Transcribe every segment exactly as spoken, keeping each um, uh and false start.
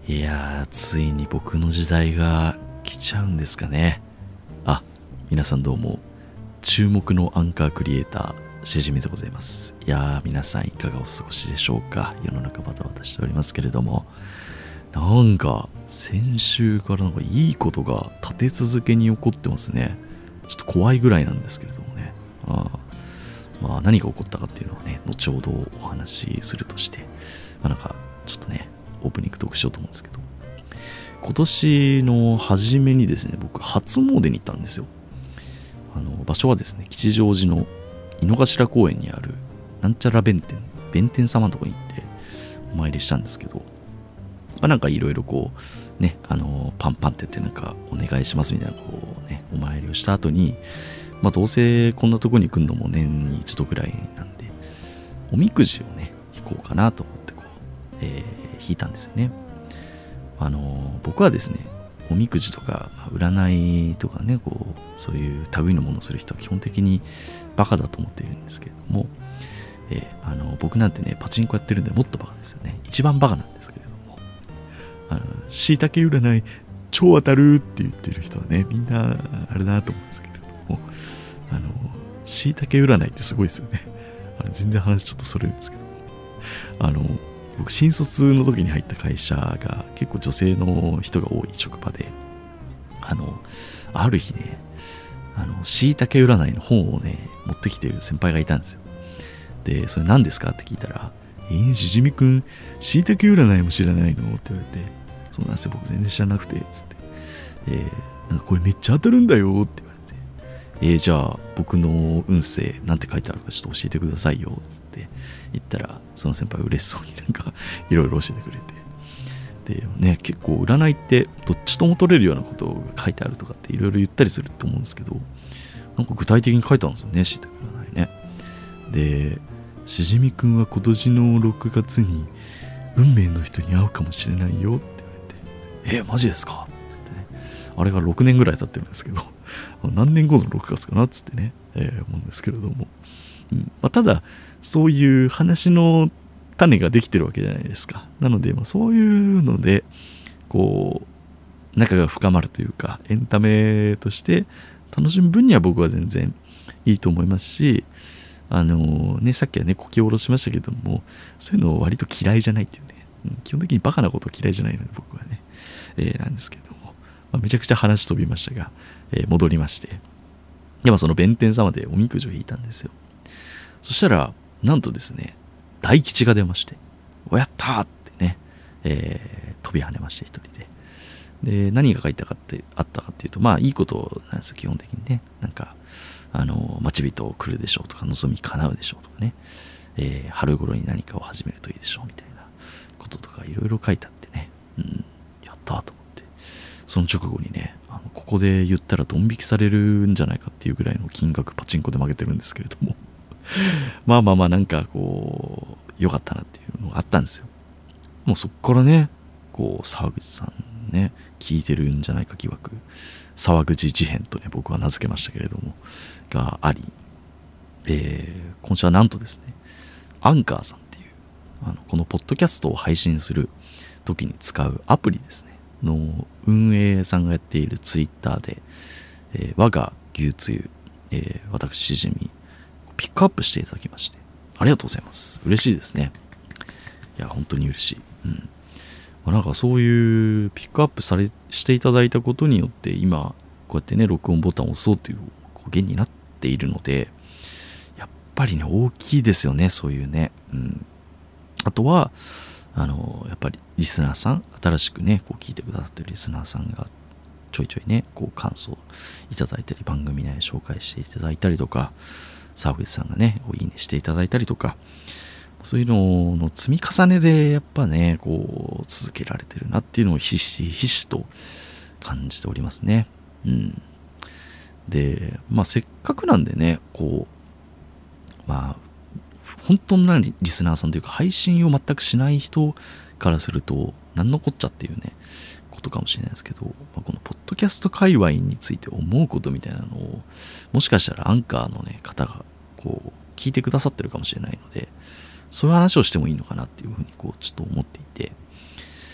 いやー、ついに僕の時代が来ちゃうんですかね。あ、皆さんどうも。注目のアンカークリエイター、しじみでございます。いやー、皆さんいかがお過ごしでしょうか。世の中バタバタしておりますけれども、なんか先週からなんかいいことが立て続けに起こってますね。ちょっと怖いぐらいなんですけれどもね。あまあ何が起こったかっていうのはね、後ほどお話しするとして、まあなんかちょっとね、オープニングトークしようと思うんですけど、今年の初めにですね、僕初詣に行ったんですよ。あの場所はですね、吉祥寺の井の頭公園にあるなんちゃら弁天弁天様のとこに行ってお参りしたんですけど、まあなんかいろいろこうね、あのパンパンってやってなんかお願いしますみたいなこうね、お参りをした後に、まあどうせこんなとこに来るのも年に一度ぐらいなんで、おみくじをね引こうかなと思ってこう、えー引いたんですよね。あの僕はですね、おみくじとか占いとかね、こうそういう類のものをする人は基本的にバカだと思っているんですけれども、えー、あの僕なんてねパチンコやってるんでもっとバカですよね。一番バカなんですけれども、あのしいたけ占い超当たるって言ってる人はね、みんなあれだなと思うんですけれども、あのしいたけ占いってすごいですよね。あれ全然話ちょっとそれるんですけど、あの僕新卒の時に入った会社が結構女性の人が多い職場で、あのある日ね、あのしいたけ占いの本をね持ってきてる先輩がいたんですよ。で、それ何ですかって聞いたら、えー、しじみくんしいたけ占いも知らないのって言われて、そうなんですよ、僕全然知らなくてつって、えー、なんかこれめっちゃ当たるんだよって言われて、えー、じゃあ僕の運勢なんて書いてあるかちょっと教えてくださいよつって言ったら、その先輩嬉しそうになんかいろいろ教えてくれて、でね、結構占いってどっちとも取れるようなことが書いてあるとかっていろいろ言ったりすると思うんですけど、なんか具体的に書いてあるんですよね、しいたけ占いね。で、しじみくんは今年のろくがつに運命の人に会うかもしれないよって言われて、えー、マジですかって言ってね、あれがろくねんぐらい経ってるんですけど、何年後のろくがつかなっつってね、えー、思うんですけれども、うんまあ、ただそういう話の種ができてるわけじゃないですか。なので、まあ、そういうのでこう仲が深まるというか、エンタメとして楽しむ分には僕は全然いいと思いますし、あのね、さっきはねこき下ろしましたけども、そういうのを割と嫌いじゃないっていうね、うん、基本的にバカなこと嫌いじゃないので僕はね、えー、なんですけども、まあ、めちゃくちゃ話飛びましたが、えー、戻りまして、でもその弁天様でおみくじを引いたんですよ。そしたらなんとですね、大吉が出まして、おやったーってね、えー、飛び跳ねまして一人で。で、何が書いてあったかってあったかっていうと、まあいいことなんですよ、基本的にね。なんかあの待ち人来るでしょうとか、望み叶うでしょうとかね、えー、春頃に何かを始めるといいでしょうみたいなこととかいろいろ書いてあってね、うん、やったーと思って、その直後にね、あのここで言ったらドン引きされるんじゃないかっていうぐらいの金額パチンコで負けてるんですけれどもまあまあまあ、なんかこう良かったなっていうのがあったんですよ。もうそっからね、こう沢口さんね聞いてるんじゃないか疑惑、沢口事変とね僕は名付けましたけれどもがあり、えー、今週はなんとですね、アンカーさんっていうあのこのポッドキャストを配信する時に使うアプリですねの運営さんがやっているツイッターで、えー、我が牛つゆ、えー、私しじみピックアップしていただきまして、ありがとうございます。嬉しいですね。いや本当に嬉しい。うん。まあ、なんかそういうピックアップされしていただいたことによって今こうやってね録音ボタンを押そうという語源になっているので、やっぱりね大きいですよね、そういうね。うん。あとはあのやっぱりリスナーさん、新しくねこう聞いてくださってるリスナーさんがちょいちょいねこう感想いただいたり、番組内紹介していただいたりとか、沢口さんがねいいねしていただいたりとか、そういうのの積み重ねでやっぱねこう続けられてるなっていうのをひしひしと感じておりますね。うん。で、まあせっかくなんでね、こうまあ本当のリスナーさんというか配信を全くしない人からすると何のこっちゃっていうねことかもしれないですけど、まあ、このポッドキャスト界隈について思うことみたいなのをもしかしたらアンカーのね方がこう聞いてくださってるかもしれないので、そういう話をしてもいいのかなっていうふうにこうちょっと思っていて、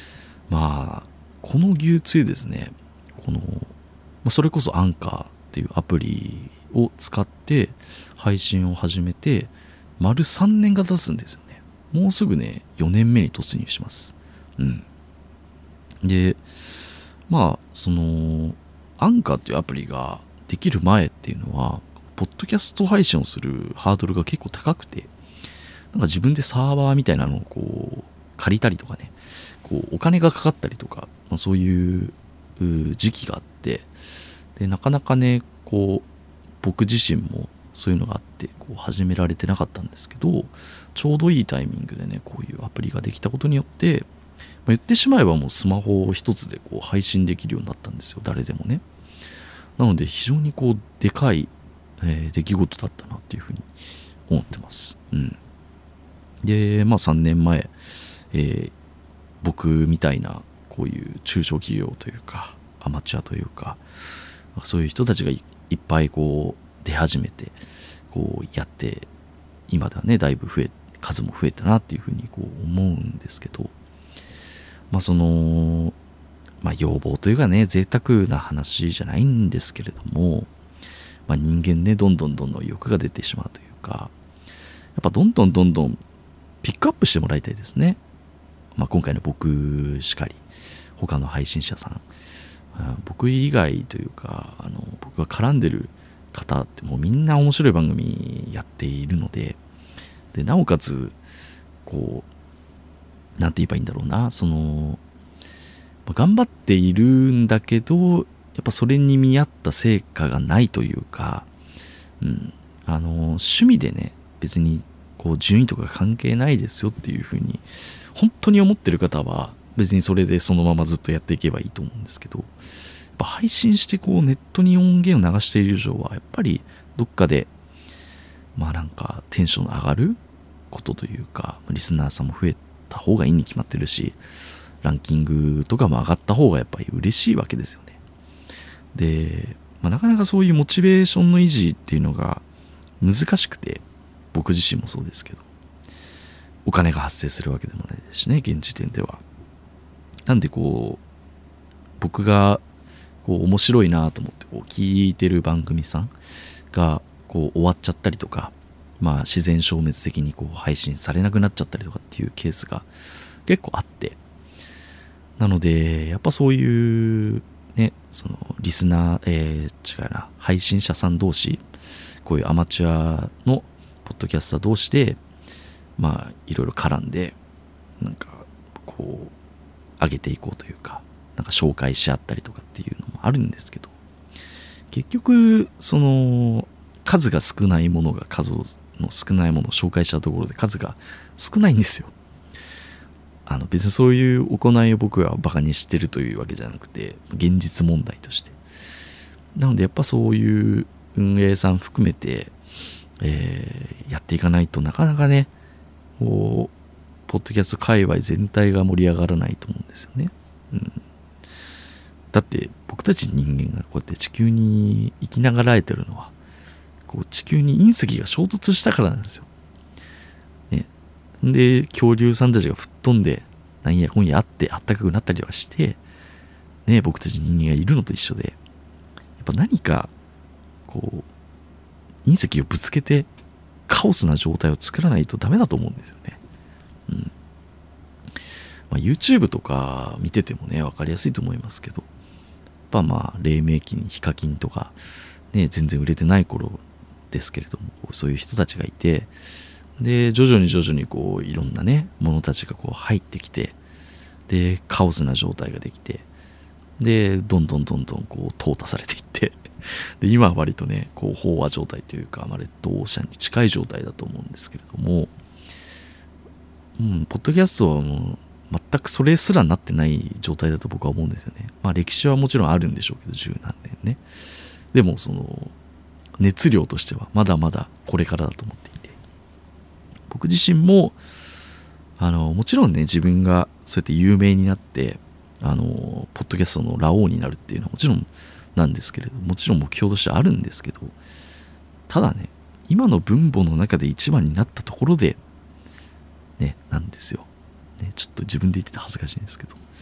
まあこの牛つゆですね、このそれこそアンカーっていうアプリを使って配信を始めて丸さんねんが経つんですよね。もうすぐねよねんめに突入します。うんでまあそのアンカーっていうアプリができる前っていうのはポッドキャスト配信をするハードルが結構高くて、なんか自分でサーバーみたいなのをこう借りたりとかね、こうお金がかかったりとか、まあ、そういう時期があって、でなかなかねこう僕自身もそういうのがあってこう始められてなかったんですけど、ちょうどいいタイミングでねこういうアプリができたことによって、まあ、言ってしまえばもうスマホ一つでこう配信できるようになったんですよ、誰でもね。なので非常にこうでかい、えー、出来事だったなっていうふうに思ってます。うん。でまあさんねんまえ、えー、僕みたいなこういう中小企業というかアマチュアというかそういう人たちが い, いっぱいこう出始めてこうやって、今ではねだいぶ増え数も増えたなっていうふうにこう思うんですけど、まあそのまあ要望というかね贅沢な話じゃないんですけれども、まあ、人間ねどんどんどんどん欲が出てしまうというか、やっぱどんどんどんどんピックアップしてもらいたいですね。まあ、今回の僕しかり他の配信者さん、僕以外というかあの僕が絡んでる方ってもうみんな面白い番組やっているので、でなおかつこうなんて言えばいいんだろうな、その頑張っているんだけどやっぱそれに見合った成果がないというか、うん、あの趣味でね別にこう順位とか関係ないですよっていうふうに本当に思ってる方は別にそれでそのままずっとやっていけばいいと思うんですけど、やっぱ配信してこうネットに音源を流している以上はやっぱりどっかでまあなんかテンション上がることというか、リスナーさんも増えた方がいいに決まってるし、ランキングとかも上がった方がやっぱり嬉しいわけですよね。で、まあ、なかなかそういうモチベーションの維持っていうのが難しくて、僕自身もそうですけど、お金が発生するわけでもないですしね、現時点では。なんでこう僕がこう面白いなと思ってこう聞いてる番組さんがこう終わっちゃったりとか、まあ自然消滅的にこう配信されなくなっちゃったりとかっていうケースが結構あって、なのでやっぱそういうねそのリスナー、えー、違うな配信者さん同士、こういうアマチュアのポッドキャスター同士でまあいろいろ絡んでなんかこう上げていこうというか、なんか紹介し合ったりとかっていうのもあるんですけど、結局その数が少ないものが数の少ないものを紹介したところで数が少ないんですよ。あの別にそういう行いを僕はバカにしてるというわけじゃなくて現実問題として、なのでやっぱそういう運営さん含めて、えー、やっていかないとなかなかねこうポッドキャスト界隈全体が盛り上がらないと思うんですよね。うん、だって僕たち人間がこうやって地球に生きながらえてるのはこう地球に隕石が衝突したからなんですよ。ね、で恐竜さんたちが吹っ飛んでなんや今夜あってあったかくなったりとかして、ね、僕たち人間がいるのと一緒で、やっぱ何かこう隕石をぶつけてカオスな状態を作らないとダメだと思うんですよね。うん。まあ、YouTube とか見ててもね分かりやすいと思いますけど、やっぱまあ黎明期にヒカキンとかね全然売れてない頃ですけれども、そういう人たちがいて、で徐々に徐々にこういろんなね者たちがこう入ってきて、でカオスな状態ができて、でどんどんどんどんこう淘汰されていって、で今は割とねこう飽和状態というか、まあ、レッドオーシャンに近い状態だと思うんですけれども、うん、ポッドキャストはもう全くそれすらなってない状態だと僕は思うんですよね。まあ歴史はもちろんあるんでしょうけど十何年ね。でもその熱量としてはまだまだこれからだと思っていて、僕自身もあのもちろんね自分がそうやって有名になってあのポッドキャストのラオウになるっていうのはもちろんなんですけれど、もちろん目標としてあるんですけど、ただね今の分母の中で一番になったところでねなんですよ、ね、ちょっと自分で言ってて恥ずかしいんですけど、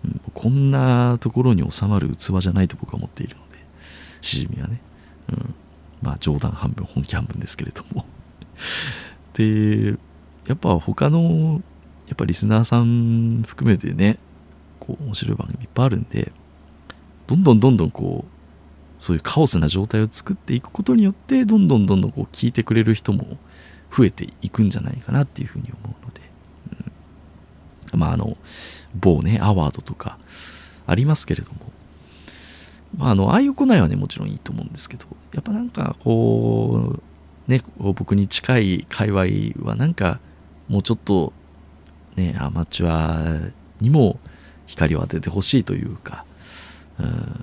うん、こんなところに収まる器じゃないと僕は思っているので、しじみはね、うん、まあ冗談半分本気半分ですけれどもでやっぱ他のやっぱリスナーさん含めてね、こう面白い番組いっぱいあるんで、どんどんどんどんこうそういうカオスな状態を作っていくことによって、どんどんどんどんこう聞いてくれる人も増えていくんじゃないかなっていうふうに思うので、うん、まああの某ねアワードとかありますけれども、まああのああいう来ないはねもちろんいいと思うんですけど、やっぱなんかこうね、こう僕に近い界隈はなんかもうちょっとねアマチュアにも光を当ててほしいというか、うん、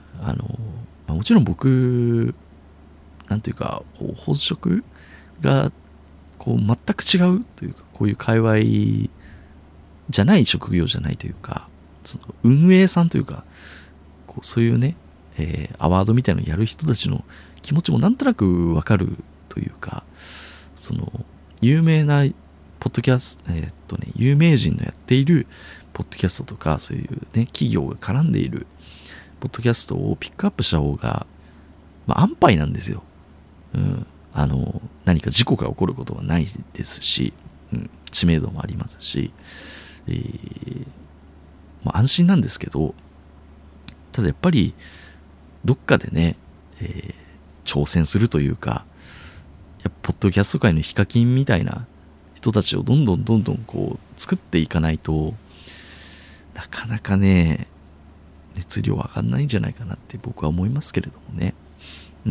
あの、まあ、もちろん僕なんていうかこう本職がこう全く違うというか、こういう界隈じゃない職業じゃないというか、その運営さんというか、こうそういうね、えー、アワードみたいなのをやる人たちの気持ちもなんとなくわかるというか、その有名なポッドキャスト、えー、っとね有名人のやっているポッドキャストとか、そういうね企業が絡んでいるポッドキャストをピックアップした方が、まあ、安牌なんですよ。うん、あの何か事故が起こることはないですし、うん、知名度もありますし、えーまあ、安心なんですけど、ただやっぱりどっかでね、えー、挑戦するというか、やっぱポッドキャスト界のヒカキンみたいな人たちをどんどんどんどんこう作っていかないと、なかなかね熱量上がんないんじゃないかなって僕は思いますけれどもね。うん、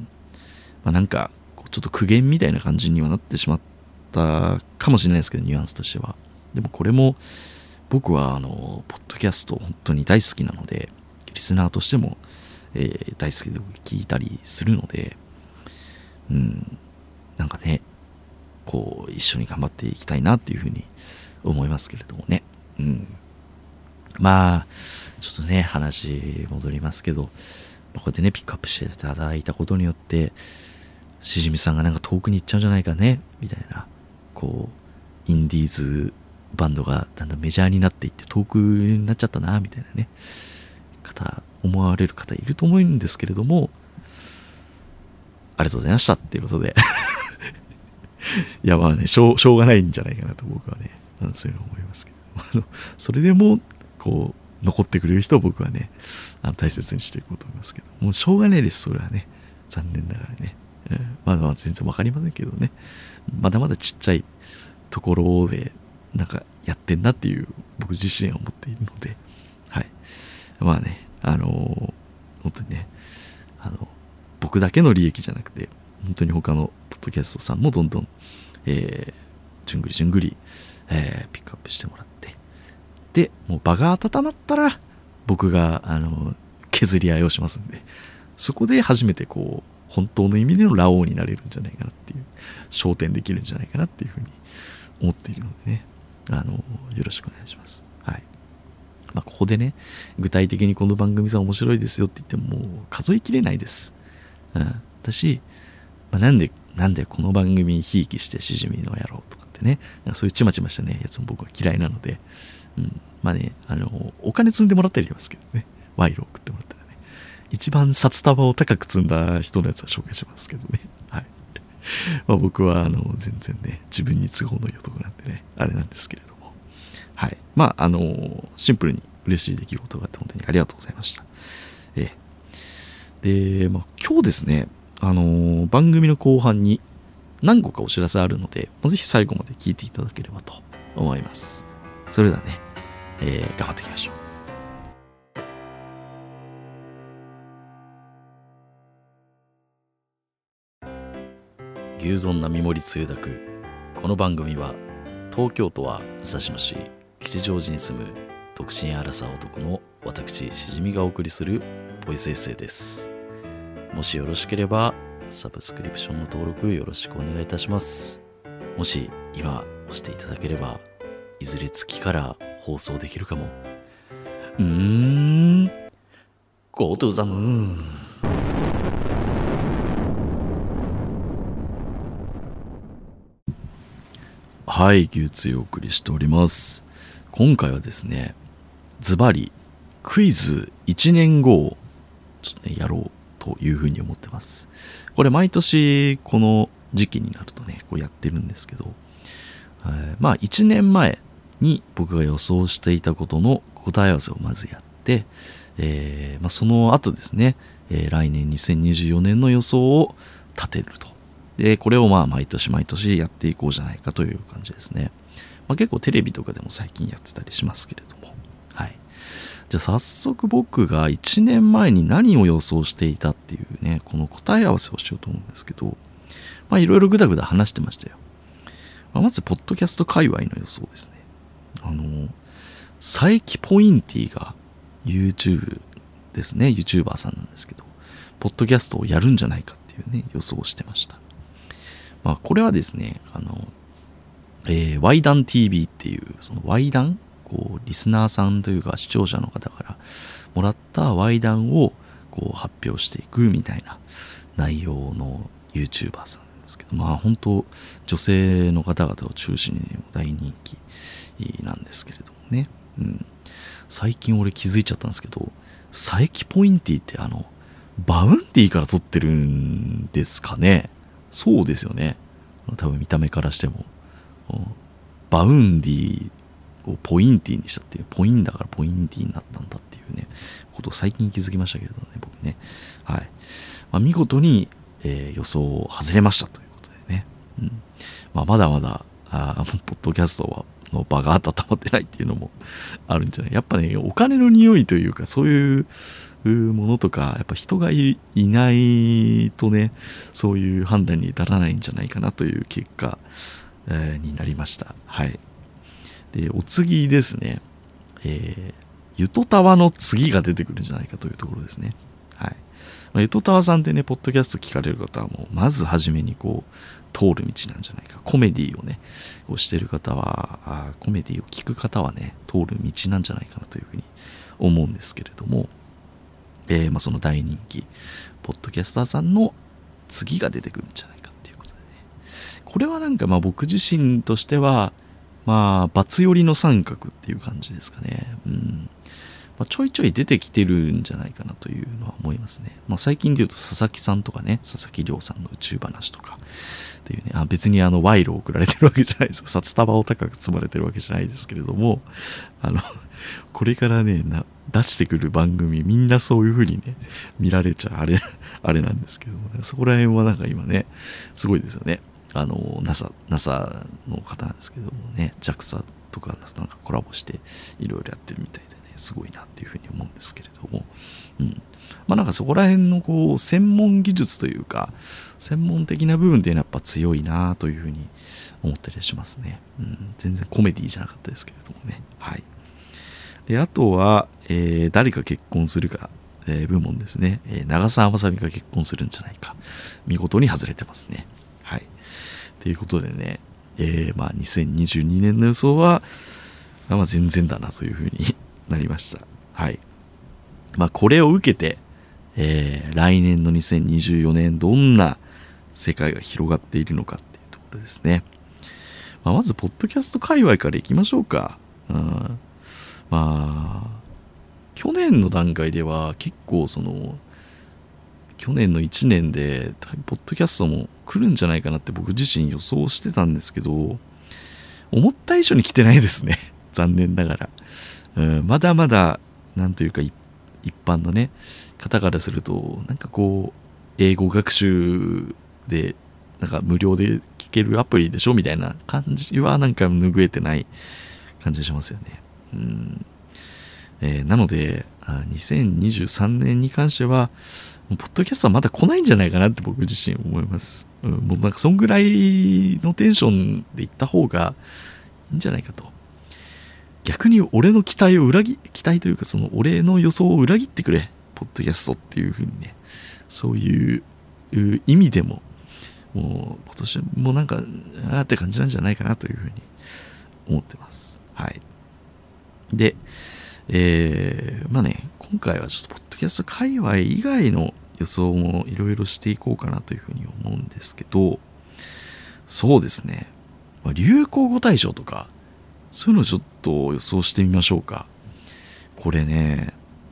まあ、なんかちょっと苦言みたいな感じにはなってしまったかもしれないですけど、ニュアンスとしては。でもこれも僕はあのポッドキャスト本当に大好きなので、リスナーとしても、えー、大好きで聞いたりするので、うん、なんかねこう一緒に頑張っていきたいなっていうふうに思いますけれどもね。うん、まあちょっとね話戻りますけど、こうやってねピックアップしていただいたことによって、しじみさんがなんか遠くに行っちゃうんじゃないかねみたいな、こうインディーズバンドがだんだんメジャーになっていって遠くになっちゃったなみたいなね方思われる方いると思うんですけれども、ありがとうございましたっていうことでいやまあねしょう、しょうがないんじゃないかなと僕はね、そういうの思いますけどそれでもこう残ってくれる人を僕はねあの大切にしていこうと思いますけど、もうしょうがないです、それはね、残念ながらね、うん、まだまだ全然わかりませんけどね、まだまだちっちゃいところでなんかやってんなっていう僕自身は思っているので、はい、まあねあのー、本当にねあの僕だけの利益じゃなくて、本当に他のポッドキャストさんもどんどん、えー、じゅんぐりじゅんぐり、えー、ピックアップしてもらって、でもう場が温まったら僕があの削り合いをしますんで、そこで初めてこう本当の意味でのラオウになれるんじゃないかなっていう、昇天できるんじゃないかなっていうふうに思っているのでね、あのよろしくお願いします。はい。まあ、ここでね具体的にこの番組さん面白いですよって言ってももう数えきれないです。うん、私、まあ、なんでなんでこの番組ひいきしてしじみのやろうとかってね、そういうちまちましたねやつも僕は嫌いなので、うん、まあねあのお金積んでもらったりしますけどね、賄賂を送ってもらったらね、一番札束を高く積んだ人のやつは紹介しますけどね。はい。まあ僕はあの全然ね自分に都合のいい男なんでねあれなんですけれども、はい。まああのシンプルに嬉しい出来事があって本当にありがとうございました。えー、で、まあ今日ですね、あのー、番組の後半に何個かお知らせあるので、ぜひ最後まで聞いていただければと思います。それではね、えー、頑張っていきましょう。牛丼並盛りつゆだく。この番組は東京都は武蔵野市吉祥寺に住む独身アラサー男の私しじみがお送りするボイスエッセイです。もしよろしければサブスクリプションの登録よろしくお願いいたします。もし今押していただければいずれ月から放送できるかも。うーん Go to the moon。はい、牛つゆお送りしております。今回はですね、ズバリクイズいちねんごをちょっとね、やろうというふうに思ってます。これ毎年この時期になるとね、こうやってるんですけど、えー、まあいちねんまえに僕が予想していたことの答え合わせをまずやって、えーまあ、その後ですね、えー、来年にせんにじゅうよねんの予想を立てると。で、これをまあ毎年毎年やっていこうじゃないかという感じですね。まあ、結構テレビとかでも最近やってたりしますけれども。はい。じゃあ早速僕がいちねんまえに何を予想していたっていうね、この答え合わせをしようと思うんですけど、まあいろいろぐだぐだ話してましたよ。まあ、まず、ポッドキャスト界隈の予想ですね。あの、佐伯ポインティが YouTube ですね、YouTuber さんなんですけど、ポッドキャストをやるんじゃないかっていうね、予想をしてました。まあ、これはですね、あの、えー、ワイダン ティーブイ っていう、そのワイダン、こう、リスナーさんというか視聴者の方からもらったワイダンをこう発表していくみたいな内容の YouTuber さんですけど、まあ本当女性の方々を中心に大人気なんですけれどもね、うん、最近俺気づいちゃったんですけど、佐伯ポインティってあのバウンティから取ってるんですかね。そうですよね。多分見た目からしてもバウンディをポインティにしたっていう、ポインだからポインティになったんだっていうねことを最近気づきましたけれどね、僕ね。はい。まあ、見事に、えー、予想を外れましたということでね。うん。まあ、まだまだ、あポッドキャストはの場が温まってないっていうのもあるんじゃない。やっぱね、お金の匂いというか、そういうものとか、やっぱ人が い, いないとね、そういう判断に至らないんじゃないかなという結果、えー、になりました。はい。で、お次ですね。えー、ゆとたわの次が出てくるんじゃないかというところですね。はい。まあ、ゆとたわさんってね、ポッドキャスト聞かれる方はもう、まずはじめにこう、通る道なんじゃないか。コメディをね、こうしてる方はあ、コメディを聞く方はね、通る道なんじゃないかなというふうに思うんですけれども、えー、まあその大人気、ポッドキャスターさんの次が出てくるんじゃないかっていうことでね。これはなんかまあ僕自身としては、まあ、バツ寄りの三角っていう感じですかね。うん。まあ、ちょいちょい出てきてるんじゃないかなというのは思いますね。まあ、最近で言うと佐々木さんとかね、佐々木亮さんの宇宙話とかっていうね、あ別にあの賄賂を送られてるわけじゃないです。札束を高く積まれてるわけじゃないですけれども、あの、これからね、な出してくる番組みんなそういう風にね、見られちゃあれ、あれなんですけども、ね、そこら辺はなんか今ね、すごいですよね。あの NASA, NASA の方なんですけどもね、 ジャクサ とかなんかコラボしていろいろやってるみたいでね、すごいなっていうふうに思うんですけれども、うん、まあなんかそこら辺のこう専門技術というか専門的な部分っていうのはやっぱ強いなというふうに思ったりしますね、うん、全然コメディじゃなかったですけれどもね。はい。であとは、えー、誰が結婚するか、えー、部門ですね、えー、長澤まさみが結婚するんじゃないか、見事に外れてますね。はい。ということでね、えー、まあにせんにじゅうにねんの予想は、まあ、全然だなというふうになりました。はい。まあこれを受けて、えー、来年のにせんにじゅうよねんどんな世界が広がっているのかっていうところですね。まあ、まずポッドキャスト界隈からいきましょうか。うん、まあ去年の段階では結構その去年のいちねんでポッドキャストも来るんじゃないかなって僕自身予想してたんですけど、思った以上に来てないですね。残念ながら、うん、まだまだなんというか一般のね方からするとなんかこう英語学習でなんか無料で聞けるアプリでしょみたいな感じはなんか拭えてない感じがしますよね。うん、えー、なのでにせんにじゅうさんねんに関してはポッドキャストはまだ来ないんじゃないかなって僕自身思います。うん、もうなんかそんぐらいのテンションで行った方がいいんじゃないかと。逆に俺の期待を裏切期待というかその俺の予想を裏切ってくれポッドキャストっていう風にね、そういう意味でももう今年もなんかあーって感じなんじゃないかなという風に思ってます。はい。で、えー、まあね今回はちょっとポッドキャスト界隈以外の予想もいろいろしていこうかなというふうに思うんですけど、そうですね、まあ、流行語大賞とかそういうのをちょっと予想してみましょうか。これね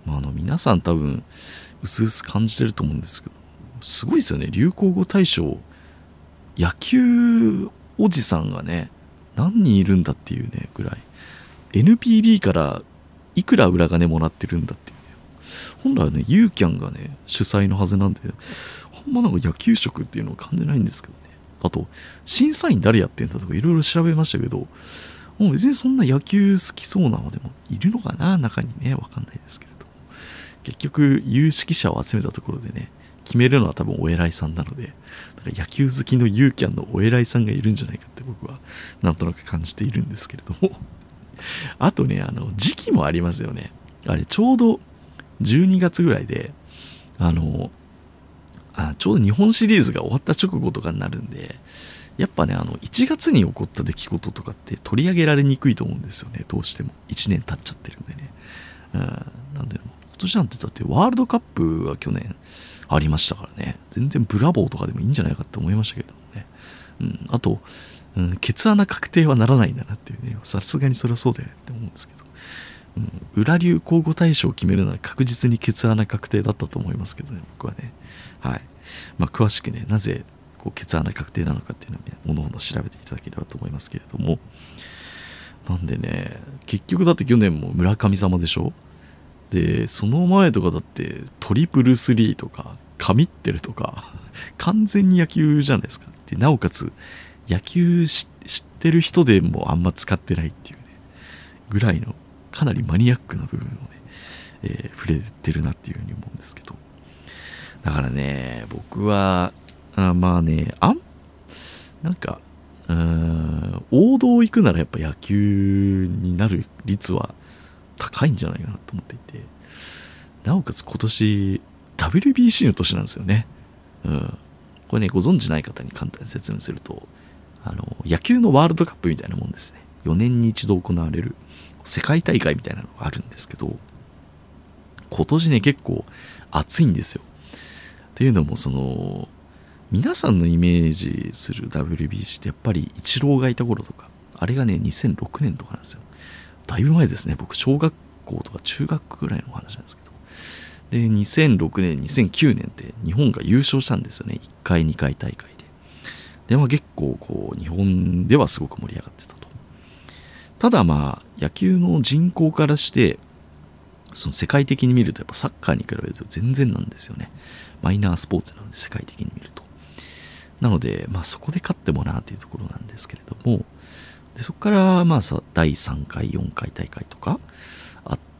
まあ、あの皆さん多分うすうす感じてると思うんですけど、すごいですよね。流行語大賞野球おじさんがね何人いるんだっていうねぐらい、 エヌピービー からいくら裏金もらってるんだっていうね。本来はねユーキャンがね主催のはずなんで、あんまなんか野球色っていうのを感じないんですけどね。あと審査員誰やってんだとかいろいろ調べましたけど、もう別にそんな野球好きそうなのでもいるのかな、中にね。わかんないですけれども、結局有識者を集めたところでね決めるのは多分お偉いさんなので、だから野球好きのユーキャンのお偉いさんがいるんじゃないかって僕はなんとなく感じているんですけれどもあとね、あの時期もありますよね。あれちょうどじゅうにがつぐらいで、あのあちょうど日本シリーズが終わった直後とかになるんで、やっぱねあのいちがつに起こった出来事とかって取り上げられにくいと思うんですよね。どうしてもいちねん経っちゃってるんでね。うん、なんで今年なんてだってワールドカップが去年ありましたからね、全然ブラボーとかでもいいんじゃないかって思いましたけれどもね。うん、あと、うん、ケツ穴確定はならないんだなっていうね、さすがにそれはそうだよねって思うんですけど、うん、裏流行語大賞を決めるなら確実にケツ穴確定だったと思いますけどね、僕はね。はい。まあ詳しくね、なぜこうケツ穴確定なのかっていうのをね、おのおの調べていただければと思いますけれども、なんでね、結局だって去年も村神様でしょ。でその前とかだってトリプルスリーとか神ってるとか完全に野球じゃないですか。でなおかつ野球知ってる人でもあんま使ってないっていうねぐらいのかなりマニアックな部分をね、えー、触れてるなっていうふうに思うんですけど、だからね僕はあまあねあんなんかうーん王道行くならやっぱ野球になる率は高いんじゃないかなと思っていて、なおかつ今年 ダブリュービーシー の年なんですよね。うん、これねご存知ない方に簡単に説明すると、あの野球のワールドカップみたいなもんですね。よねんに一度行われる世界大会みたいなのがあるんですけど、今年ね結構熱いんですよ。っていうのもその皆さんのイメージする ダブリュービーシー ってやっぱりイチローがいた頃とか、あれがねにせんろくねんとかなんですよ。だいぶ前ですね。僕小学校とか中学ぐらいの話なんですけど、でにせんろくねんにせんきゅうねんって日本が優勝したんですよね。いっかいにかい大会で。でまあ結構こう日本ではすごく盛り上がってたと。ただまあ野球の人口からしてその世界的に見るとやっぱサッカーに比べると全然なんですよね。マイナースポーツなので世界的に見ると。なのでまあそこで勝ってもなというところなんですけれども、でそこからまあさだいさんかいよんかい大会とかあって、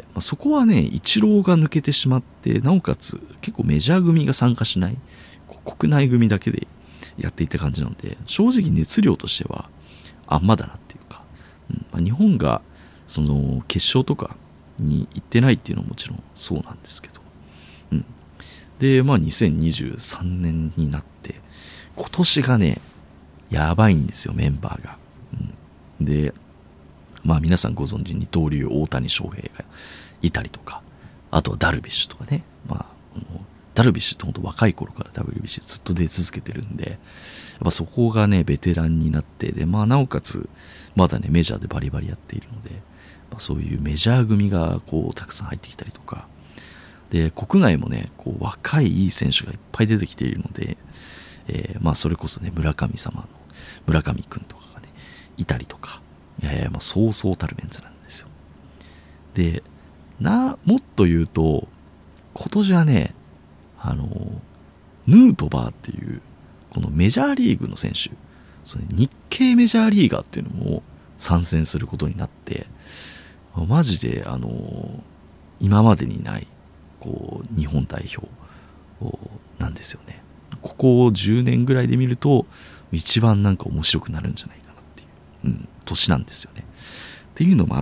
まあ、そこはねイチローが抜けてしまって、なおかつ結構メジャー組が参加しない国内組だけでやっていた感じなので、正直熱量としてはあんまだなっていうか、うんまあ、日本がその決勝とかに行ってないっていうのはもちろんそうなんですけど、うん、でまあにせんにじゅうさんねんになって今年がねやばいんですよ、メンバーが。うん、でまあ皆さんご存知二刀流大谷翔平がいたりとか、あとはダルビッシュとかね、まあ、あのダルビッシュって本当若い頃から ダブリュービーシー ずっと出続けてるんで、やっぱそこがねベテランになって、でまあなおかつまだねメジャーでバリバリやっているので、まあ、そういうメジャー組がこうたくさん入ってきたりとかで、国内もねこう若いいい選手がいっぱい出てきているので、えー、まあそれこそね村神様の村上くんとかがねいたりとか、いやいやまあそうそうたるメンツなんですよ。でなもっと言うと今年はねあのヌートバーっていうこのメジャーリーグの選手、その日系メジャーリーガーっていうのも参戦することになって、マジであの今までにないこう日本代表なんですよね。ここじゅうねんぐらいで見ると一番なんか面白くなるんじゃないかなっていう、うん、年なんですよね。っていうのもあって、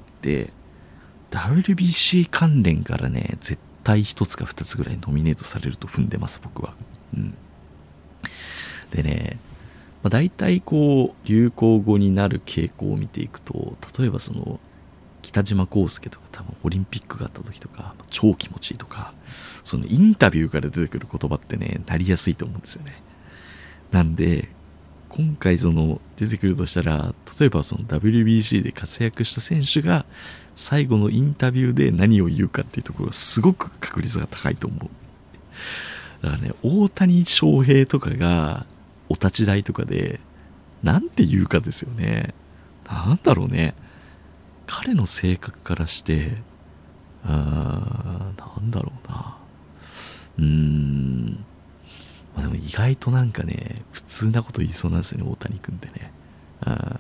ダブリュービーシー 関連からね絶対ひとつかふたつぐらいノミネートされると踏んでます僕は。うん、でね、まあ、大体こう流行語になる傾向を見ていくと、例えばその北島康介とか多分オリンピックがあった時とか超気持ちいいとか、そのインタビューから出てくる言葉ってねなりやすいと思うんですよね。なんで今回その出てくるとしたら、例えばその ダブリュービーシー で活躍した選手が最後のインタビューで何を言うかっていうところがすごく確率が高いと思う。だからね、大谷翔平とかがお立ち台とかでなんて言うかですよね。なんだろうね、彼の性格からして、あー、なんだろうな、うーん、まあ、でも意外となんかね、普通なこと言いそうなんですよね、大谷君ってね。あ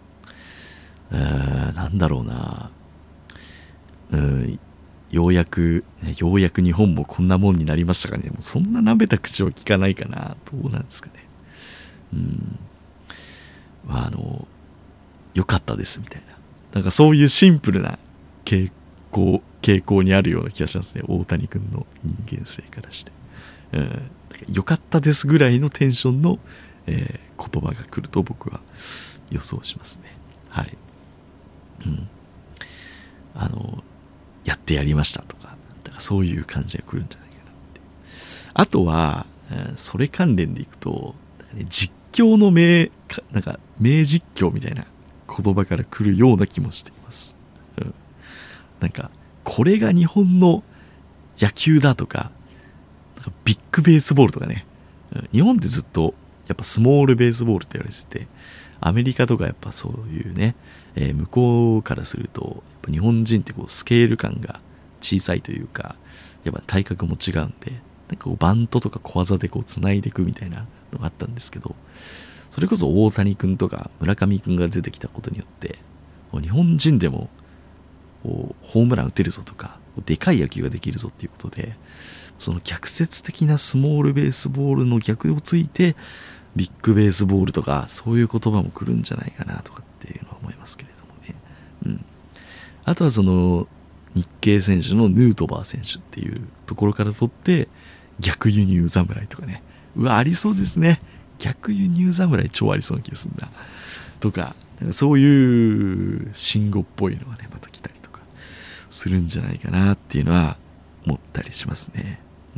ー、なんだろうな、うん、ようやく、ようやく日本もこんなもんになりましたかね。もうそんな舐めた口は聞かないかな。どうなんですかね。うん。まあ、あの、良かったですみたいな。なんかそういうシンプルな傾向、傾向にあるような気がしますね。大谷君の人間性からして。うん。良かったですぐらいのテンションの、えー、言葉が来ると僕は予想しますね。はい。うん。あの、やってやりましたとか、だからそういう感じが来るんじゃないかなって。あとは、それ関連でいくと、ね、実況の名、なんか名実況みたいな言葉から来るような気もしています。うん、なんか、これが日本の野球だとか、なんかビッグベースボールとかね、うん、日本ってずっとやっぱスモールベースボールって言われてて、アメリカとかやっぱそういうね、えー、向こうからすると、やっぱ日本人ってこうスケール感が小さいというか、やっぱ体格も違うんで、なんかこうバントとか小技でこう繋いでいくみたいなのがあったんですけど、それこそ大谷君とか村上君が出てきたことによって、日本人でもホームラン打てるぞとか、でかい野球ができるぞっていうことで、その逆説的なスモールベースボールの逆をついて、ビッグベースボールとかそういう言葉も来るんじゃないかなとかっていうのは思いますけれどもね。うん。あとはその日系選手のヌートバー選手っていうところから取って逆輸入侍とかね。うわ、ありそうですね。逆輸入侍超ありそうな気がするんだ。とか、そういう慎吾っぽいのがね、また来たりとかするんじゃないかなっていうのは思ったりしますね。うん。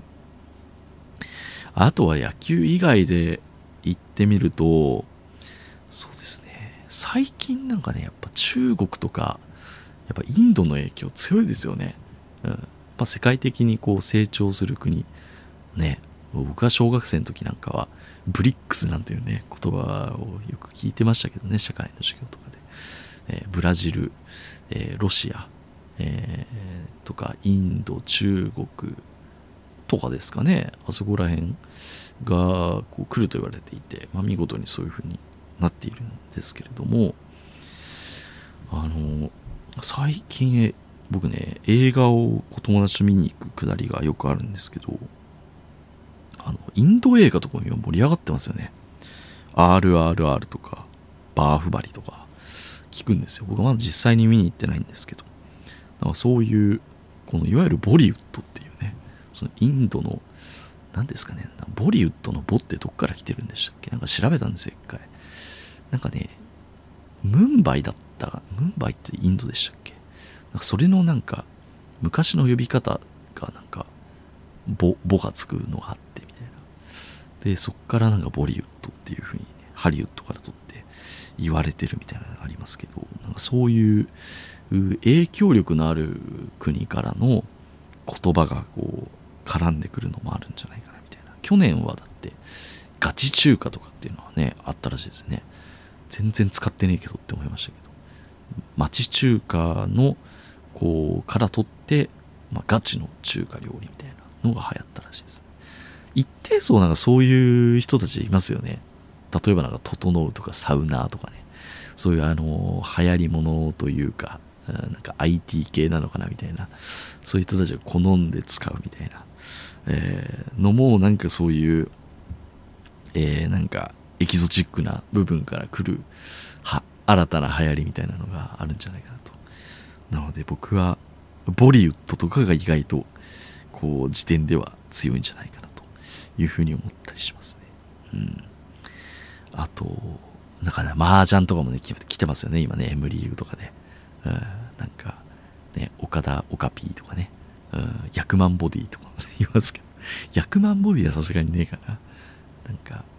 あとは野球以外で言ってみると、そうですね、最近なんかね、やっぱ中国とか、やっぱインドの影響強いですよね。うん。まあ、世界的にこう成長する国。ね、僕が小学生の時なんかは、ブリックスなんていうね、言葉をよく聞いてましたけどね、社会の授業とかで。えー、ブラジル、えー、ロシア、えー、とか、インド、中国、とかですかね、あそこら辺がこう来ると言われていて、まあ、見事にそういう風になっているんですけれども、あの最近僕ね、映画を友達と見に行くくだりがよくあるんですけど、あのインド映画とかも盛り上がってますよね。 アールアールアール とかバーフバリとか聞くんですよ。僕はまだ実際に見に行ってないんですけど、だからそういうこのいわゆるボリウッドっていうね、そのインドの何ですかね、ボリウッドのボってどっから来てるんでしたっけ。なんか調べたんですよ一回。なんかね、ムンバイだったか、ムンバイってインドでしたっけ。なんかそれのなんか昔の呼び方がなんかボボがつくのがあってみたいな。でそっからなんかボリウッドっていう風にね、ハリウッドから取って言われてるみたいなのがありますけど、なんかそういう影響力のある国からの言葉がこう絡んでくるのもあるんじゃないかなみたいな。去年はだってガチ中華とかっていうのはねあったらしいですね。全然使ってねえけどって思いましたけど、町中華のこうから取って、まあ、ガチの中華料理みたいなのが流行ったらしいです。一定層なんかそういう人たちいますよね。例えばなんか整うとかサウナーとかね、そういうあの流行り物というか、なんか アイティー 系なのかなみたいな、そういう人たちが好んで使うみたいな、えー、のもなんかそういう、えー、なんかエキゾチックな部分から来るは新たな流行りみたいなのがあるんじゃないかなと。なので僕はボリウッドとかが意外とこう時点では強いんじゃないかなというふうに思ったりしますね。うん。あとなんかね、麻雀とかもね来てますよね今ね、 M リーグとかで、うん、なんかね、岡田オカピーとかね、うん、ヤクマンボディとか言いますけど、ヤクマンボディはさすがにねえかな。なんか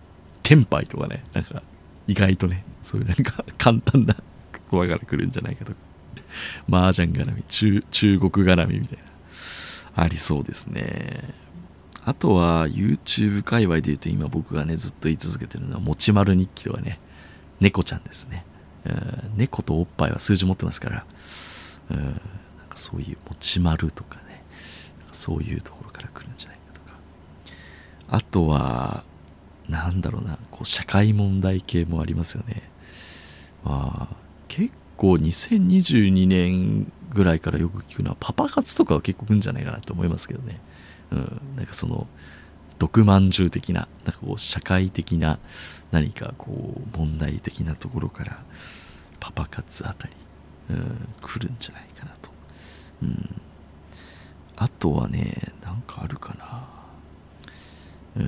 テンパイとかね、なんか意外とね、そういうなんか簡単な言葉から来るんじゃないかとか、麻雀絡み、中、中国絡みみたいな、ありそうですね。あとは YouTube 界隈で言うと今僕がねずっと言い続けてるのはもちまる日記とかね、猫ちゃんですね。うん、猫とおっぱいは数字持ってますから、うん、なんかそういうもちまるとかね、そういうところから来るんじゃないかとか、あとはなんだろうな、こう社会問題系もありますよね。まあ結構にせんにじゅうにねんぐらいからよく聞くのはパパ活とかは結構来るんじゃないかなと思いますけどね。うん、なんかその毒まんじゅう的な、なんかこう社会的な何かこう問題的なところからパパ活あたり、うん、来るんじゃないかなと。うん、あとはね、なんかあるかな。うん、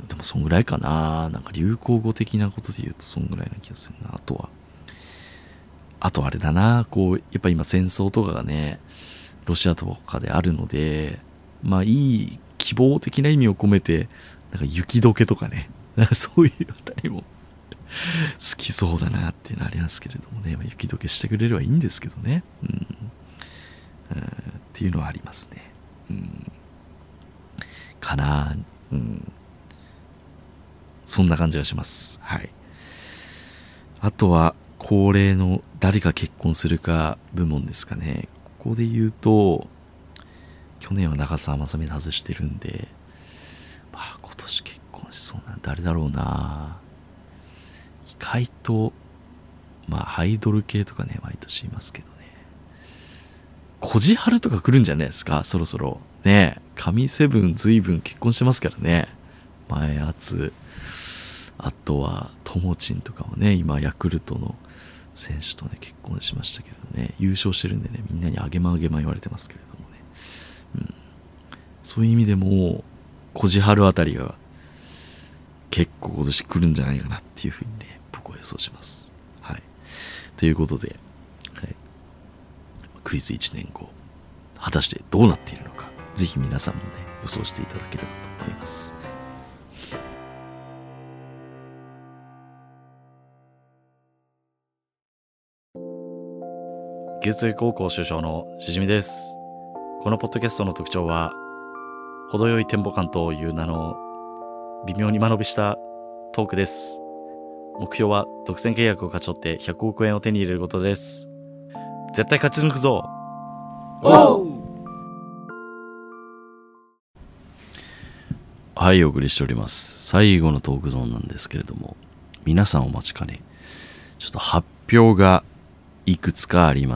でもそんぐらいかな。なんか流行語的なことで言うとそんぐらいな気がするな。あとはあとあれだな、こうやっぱ今戦争とかがねロシアとかであるので、まあいい希望的な意味を込めてなんか雪解けとかね、なんかそういうあたりも好きそうだなっていうのはありますけれどもね、まあ、雪解けしてくれればいいんですけどね、うん、うん、っていうのはありますね、うん、かな、うん、そんな感じがします。はい。あとは恒例の誰が結婚するか部門ですかね。ここで言うと去年は長澤まさみで外してるんで、まあ今年結婚しそうな誰だろうな。意外とまあアイドル系とかね毎年いますけどね。こじはるとか来るんじゃないですか、そろそろね。神セブン随分結婚してますからね。前厚、あとはともちんとかもね、今ヤクルトの選手とね結婚しましたけどね、優勝してるんでね、みんなにあげまあげま言われてますけれどもね、うん、そういう意味でもこじはるあたりが結構今年来るんじゃないかなっていうふうにね僕は予想します。はい。ということで、はい、クイズいちねんご果たしてどうなっているのか、ぜひ皆さんもね予想していただければと思います。九州高校主将のしじみです。このポッドキャストの特徴は程よいテンポ感という名の微妙に間延びしたトークです。目標は独占契約を勝ち取ってひゃくおくえんを手に入れることです。絶対勝ち抜くぞ。おう。はい、お送りしております。最後のトークゾーンなんですけれども、皆さんお待ちかね、ちょっと発表がいくつかあります。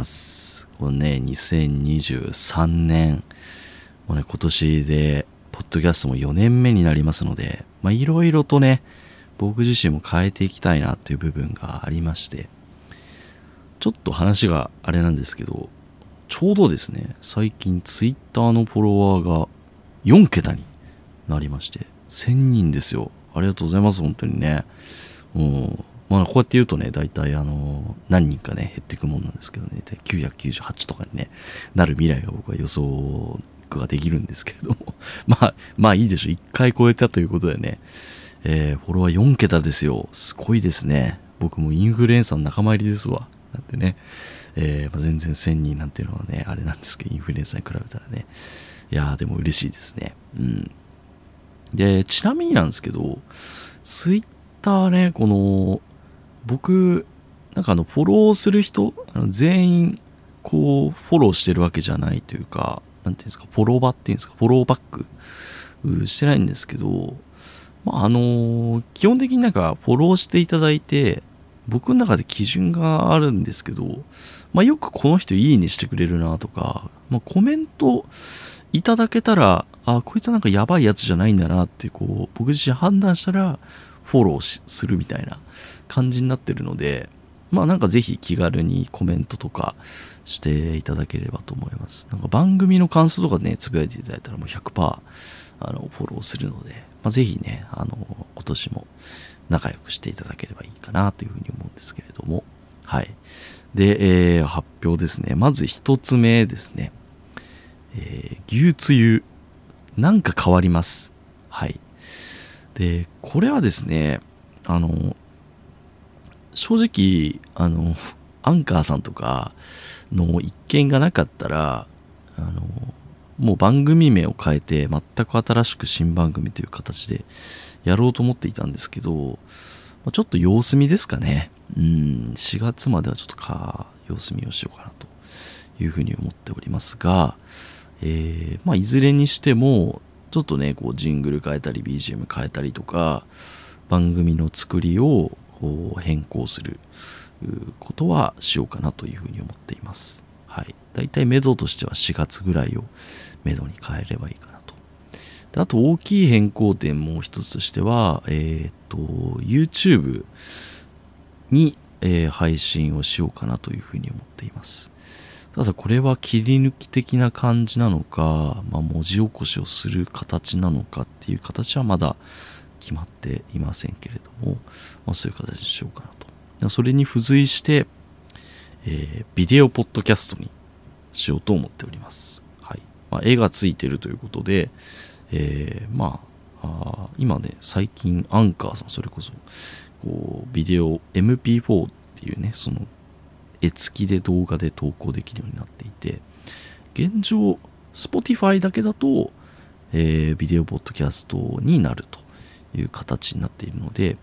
これね、にせんにじゅうさんねん、もうね、今年でポッドキャストもよねんめになりますので、まあいろいろとね、僕自身も変えていきたいなという部分がありまして、ちょっと話があれなんですけど、ちょうどですね、最近ツイッターのフォロワーがよんけたになりまして、せんにんですよ。ありがとうございます、本当にね。うん、まあこうやって言うとね、大体あの何人かね減っていくもんなんですけどね、きゅうひゃくきゅうじゅうはちとかにねなる未来が僕は予想ができるんですけれどもまあまあいいでしょう。いっかい超えたということでね、えー、フォロワーよんけたですよ。すごいですね。僕もインフルエンサーの仲間入りですわ。なんてね、えーまあ、全然せんにんなんていうのはねあれなんですけど、インフルエンサーに比べたらね、いやーでも嬉しいですね。うん。でちなみになんですけど、ツイッターね、この僕なんかあのフォローする人あの全員こうフォローしてるわけじゃないというか、なんていうんですか、フォローバっていうんですか、フォローバックしてないんですけど、まああの基本的になんかフォローしていただいて、僕の中で基準があるんですけど、まあよくこの人いいねしてくれるなとか、まあコメントいただけたら、あ、こいつはなんかやばいやつじゃないんだなってこう僕自身判断したらフォローするみたいな感じになってるので、まあなんかぜひ気軽にコメントとかしていただければと思います。なんか番組の感想とかねつぶやいていただいたらもう ひゃくパーセント あのフォローするので、まあ、ぜひねあの今年も仲良くしていただければいいかなというふうに思うんですけれども、はい。で、えー、発表ですね。まず一つ目ですね。えー、牛つゆなんか変わります。はい。でこれはですね、 あの正直あのアンカーさんとかの一見がなかったら、あのもう番組名を変えて全く新しく新番組という形でやろうと思っていたんですけど、ちょっと様子見ですかね。うん、しがつまではちょっとか様子見をしようかなというふうに思っておりますが、えー、まあいずれにしてもちょっとねこうジングル変えたり ビージーエム 変えたりとか番組の作りをこう変更することはしようかなというふうに思っています。はい。だいたい目処としてはしがつぐらいを目処に変えればいいかなと。であと大きい変更点もう一つとしては、えっと YouTube に、えー、配信をしようかなというふうに思っています。ただこれは切り抜き的な感じなのか、まあ、文字起こしをする形なのかっていう形はまだ決まっていませんけれども、まあ、そういう形にしようかなと。それに付随して、えー、ビデオポッドキャストにしようと思っております。はい。まあ、絵がついてるということで、えー、まあ、あ今ね、最近アンカーさん、それこそ、こう、ビデオ エムピーフォー っていうね、その、絵付きで動画で投稿できるようになっていて、現状 Spotify だけだと、えー、ビデオポッドキャストになるという形になっているので、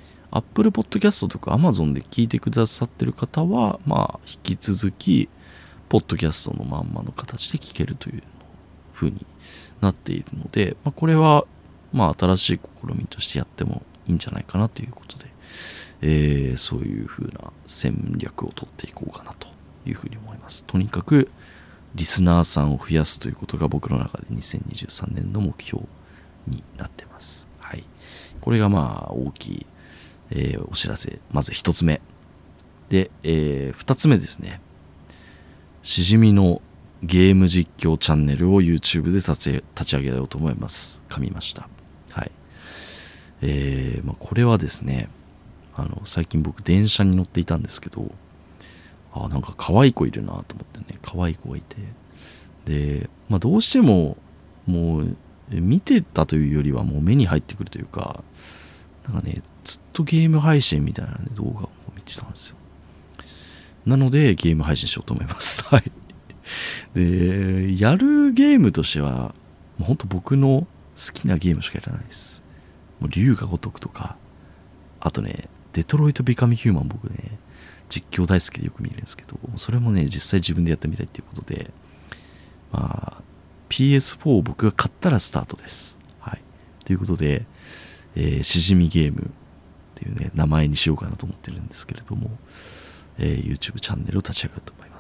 Apple Podcast とか Amazon で聞いてくださってる方はまあ引き続きポッドキャストのまんまの形で聞けるという風になっているので、まあ、これはまあ新しい試みとしてやってもいいんじゃないかなということで、えー、そういう風な戦略を取っていこうかなという風に思います。とにかくリスナーさんを増やすということが僕の中でにせんにじゅうさんねんの目標になってます。はい。これがまあ大きい、えー、お知らせ。まず一つ目。で、えー、二つ目ですね。しじみのゲーム実況チャンネルを YouTube で立ち、立ち上げようと思います。噛みました。はい。えー、まあこれはですね、あの、最近僕電車に乗っていたんですけど、あ、なんか可愛い子いるなと思ってね、可愛い子がいて。で、まあどうしても、もう、見てたというよりはもう目に入ってくるというか、なんかね、ずっとゲーム配信みたいな、ね、動画を見てたんですよ。なので、ゲーム配信しようと思います。はい。で、やるゲームとしては、もうほんと僕の好きなゲームしかやらないです。もう竜が如くとか、あとね、デトロイト・ビカム・ヒューマン僕ね、実況大好きでよく見るんですけど、それもね、実際自分でやってみたいっていうことで、まあ、ピーエスフォー を僕が買ったらスタートです。はい。ということで、えー、しじみゲームっていうね、名前にしようかなと思ってるんですけれども、えー、YouTube チャンネルを立ち上げようと思います。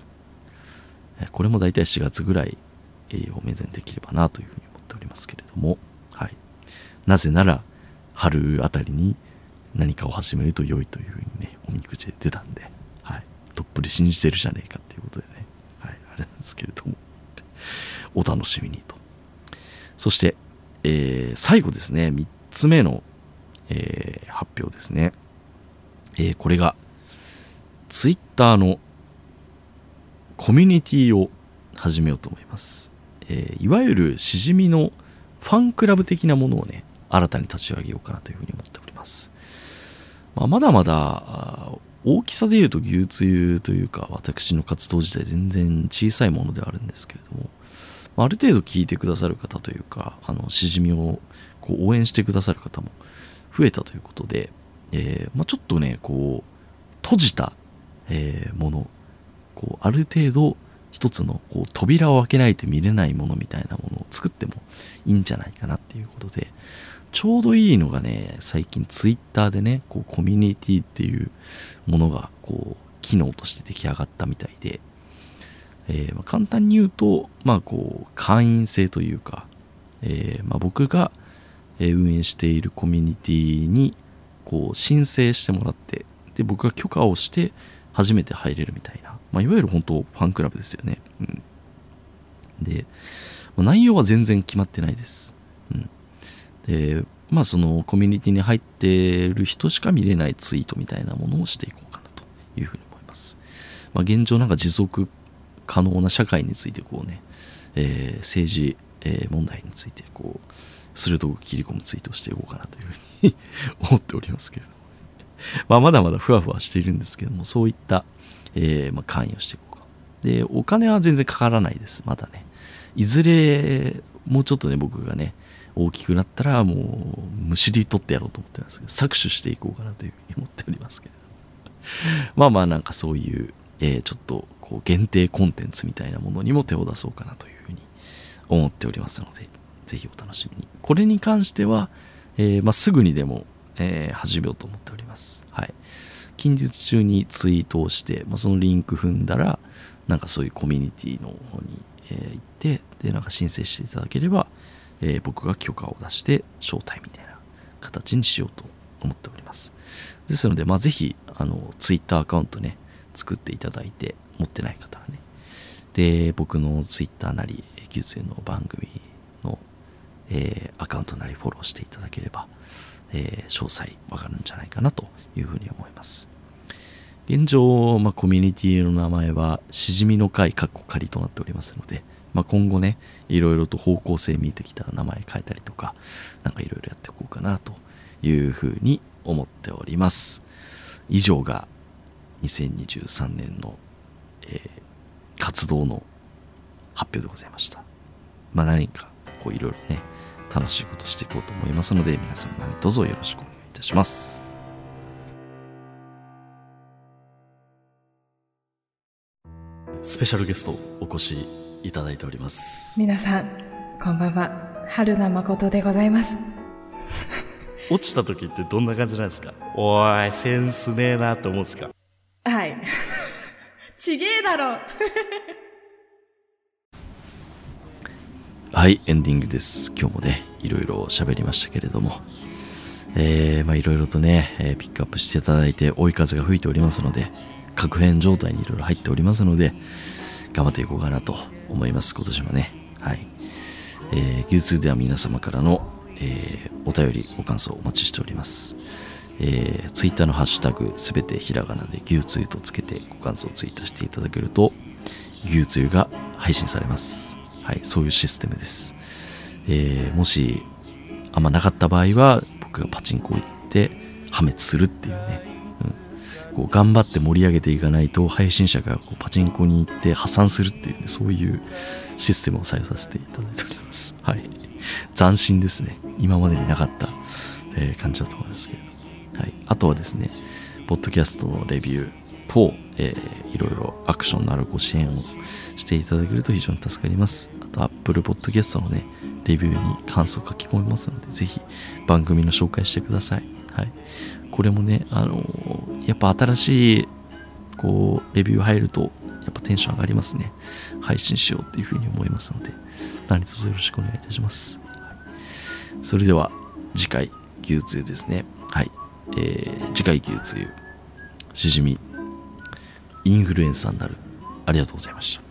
えー、これもだいたいしがつぐらい、えー、を目処にできればなというふうに思っておりますけれども、はい。なぜなら、春あたりに何かを始めると良いというふうにね、おみくじで出たんで、はい。どっぷり信じてるじゃねえかっていうことでね、はい。あれなんですけれども、お楽しみにと。そして、えー、最後ですね、みっつめの、えー、発表ですね。えー、これが、ツイッターのコミュニティを始めようと思います。えー、いわゆるしじみのファンクラブ的なものをね、新たに立ち上げようかなというふうに思っております。まあ、まだまだ大きさでいうと牛つゆというか私の活動自体全然小さいものではあるんですけれども、ある程度聞いてくださる方というか、あのしじみをこう応援してくださる方も増えたということで、えーまあ、ちょっとねこう閉じた、えーもの、こうある程度一つのこう扉を開けないと見れないものみたいなものを作ってもいいんじゃないかなっていうことで、ちょうどいいのがね、最近ツイッターでね、こうコミュニティっていうものがこう機能として出来上がったみたいで、えーまあ、簡単に言うと、まあこう会員制というか、えーまあ、僕が運営しているコミュニティにこう申請してもらって、で僕が許可をして初めて入れるみたいな、まあ、いわゆる本当ファンクラブですよね。うん、で、まあ、内容は全然決まってないです。うん、で、まあそのコミュニティに入っている人しか見れないツイートみたいなものをしていこうかなというふうに思います。まあ、現状なんか持続可能な社会についてこうね、えー、政治、えー、問題についてこう、 鋭く切り込むツイートをしていこうかなというふうに思っておりますけれども、まあ、まだまだふわふわしているんですけども、そういった、えーまあ、関与していこうか。で、お金は全然かからないです、まだね。いずれもうちょっとね、僕がね大きくなったらもうむしり取ってやろうと思ってますけど、搾取していこうかなというふうに思っておりますけれどまあまあなんかそういう、えー、ちょっとこう限定コンテンツみたいなものにも手を出そうかなというふうに思っておりますので、ぜひお楽しみに。これに関しては、えーまあ、すぐにでも、えー、始めようと思っております。はい。近日中にツイートをして、まあ、そのリンク踏んだらなんかそういうコミュニティの方に、えー、行ってでなんか申請していただければ、えー、僕が許可を出して招待みたいな形にしようと思っております。ですので、まあ、ぜひあのツイッターアカウントね作っていただいて、持ってない方はね、で僕のツイッターなりキューツーの番組の、えー、アカウントなりフォローしていただければ、えー、詳細わかるんじゃないかなというふうに思います。現状、まあ、コミュニティの名前はしじみの会かっこ仮となっておりますので、まあ、今後ねいろいろと方向性見えてきたら名前変えたりとかなんかいろいろやっていこうかなというふうに思っております。以上がにせんにじゅうさんねんの、えー、活動の発表でございました。まあ何かこういろいろね楽しいことしていこうと思いますので、皆さん何卒よろしくお願いいたします。スペシャルゲストお越しいただいております。 皆さんこんばんは、春名誠でございます。 落ちた時ってどんな感じなんですか？おーいセンスねえなって思うんですか？ はいちげえだろはい、エンディングです。今日もねいろいろ喋りましたけれども、えー、まあいろいろとね、えー、ピックアップしていただいて追い風が吹いておりますので、確変状態にいろいろ入っておりますので頑張っていこうかなと思います。今年もね、はい、えー、ギューツーでは皆様からの、えー、お便りご感想お待ちしております。えー、ツイッターのハッシュタグすべてひらがなでギューツーとつけてご感想をツイートしていただけるとギューツーが配信されます。はい、そういうシステムです。えー、もしあんまなかった場合は僕がパチンコ行って破滅するっていうね、うん、こう頑張って盛り上げていかないと配信者がこうパチンコに行って破産するっていう、ね、そういうシステムを採用させていただいております。はい、斬新ですね。今までになかった、えー、感じだと思いますけれど。はい、あとはですね、ポッドキャストのレビュー等、えー、いろいろアクションのあるご支援をしていただけると非常に助かります。あと Apple Podcast のねレビューに感想を書き込みますので、ぜひ番組の紹介してください。はい、これもね、あのー、やっぱ新しいこうレビュー入るとやっぱテンション上がりますね。配信しようっていうふうに思いますので、何卒よろしくお願いいたします。はい、それでは次回ギューツーですね。はい、えー、次回ギューツーしじみインフルエンサーになる。ありがとうございました。